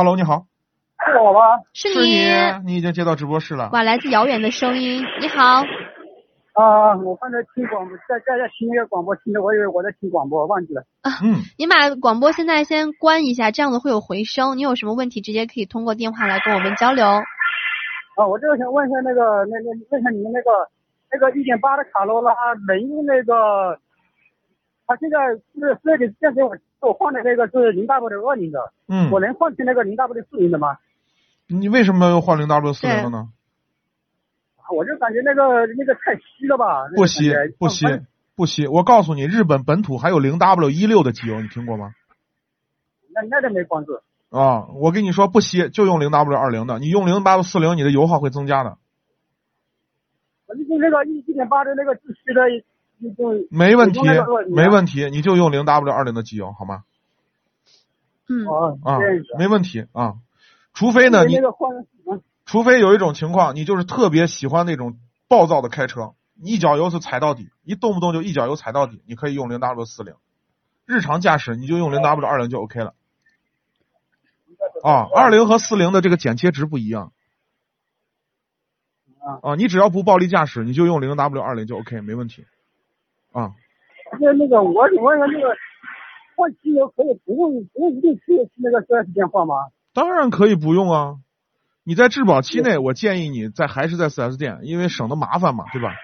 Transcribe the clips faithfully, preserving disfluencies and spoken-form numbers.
Hello， 你好。 是我吗？ 是是你， 你。 你已经接到直播室了。 哇，来自遥远的声音，你好。 啊、我刚才听广播，在在在听那个广播，听的我以为我在听广播，忘记了。 啊， 嗯， 您把广播现在先关一下，这样子会有回声。你有什么问题，直接可以通过电话来跟我们交流。 啊，我就是想问一下那个，那那问一下你们那个那个一点八的卡罗拉能用那个，它现在是是给现在我我换的那个是零 W 二零的， 嗯， 我能换成那个零 W 四零的吗？ 你为什么要换零 W 四零了呢？ 我就感觉那个那个太稀了吧？ 不稀，不稀，不稀。我告诉你，日本本土还有零 W 一六的机油，你听过吗？ 那那个没关注。 啊，我跟你说不稀，就用零 W 二零的，你用零 W 四零，你的油耗会增加的。 我就用那个一一点八的那个自吸的，就没问题，没问题，你就用零 W 二零的机油好吗？ 嗯， 哦， 啊，没问题啊，除非呢你。除非有一种情况，你就是特别喜欢那种暴躁的开车，一脚油是踩到底，一动不动就一脚油踩到底，你可以用零 W 四零。日常驾驶你就用零 W 二零就 OK 了。啊，二零和四零的这个剪切值不一样。啊，你只要不暴力驾驶，你就用零 W 二零就 OK， 没问题。啊。 那那个我我问那个换机油可以不用不用一定去那个四 S 店换吗？ 当然可以不用啊。你在质保期内，我建议你在还是在 四 S 店，因为省得麻烦嘛，对吧？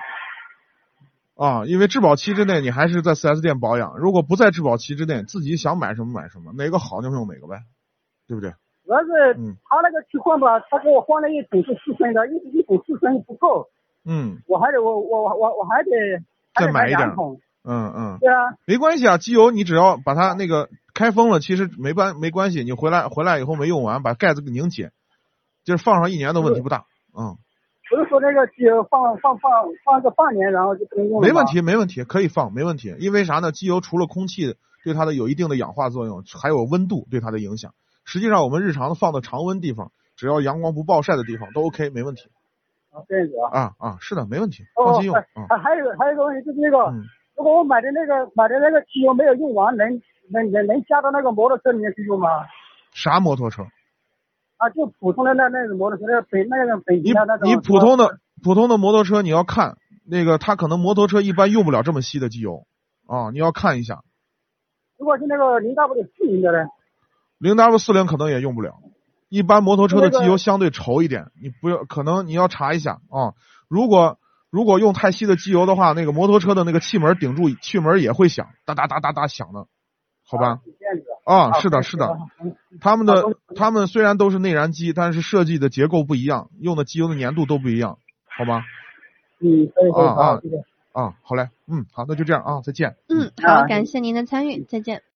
啊，因为质保期之内你还是在 四 S 店保养，如果不在质保期之内，自己想买什么买什么，哪个好就用哪个呗，对不对？ 主要是他那个去换吧，他给我换了一桶是四升的，一一桶四升不够，嗯，我还得我我我我还得再买一点，嗯嗯，对啊，没关系啊，机油你只要把它那个开封了，其实没关没关系，你回来回来以后没用完，把盖子给拧紧。就是放上一年的问题不大，嗯。 不是说那个机油放放放放个半年，然后就不能用了吗？ 没问题，没问题，可以放，没问题。因为啥呢？机油除了空气对它的有一定的氧化作用，还有温度对它的影响。实际上，我们日常放的常温地方，只要阳光不暴晒的地方都 OK， 没问题。 啊，这样子啊？ 啊啊，是的，没问题，放心用。 哦，还、嗯、还有还有一个问题就是那个，嗯、如果我买的那个买的那个机油没有用完，能能能能加到那个摩托车里面去用吗？ 啥摩托车？ 啊，就普通的那那种摩托车，那北那个北京的那种。 你普通的普通的摩托车，你要看那个，它可能摩托车一般用不了这么稀的机油啊，你要看一下。 如果是那个零 W 四零的呢？ 零 W 四零可能也用不了，一般摩托车的机油相对稠一点，你不要可能你要查一下啊。如果如果用太稀的机油的话，那个摩托车的那个气门顶住，气门也会响，哒哒哒哒哒响的，好吧？啊，是的，是的，他们的他们虽然都是内燃机，但是设计的结构不一样，用的机油的粘度都不一样，好吗？ 嗯，可以可以， 啊啊啊，好嘞，嗯，好，那就这样啊，再见。 嗯，好，感谢您的参与，再见。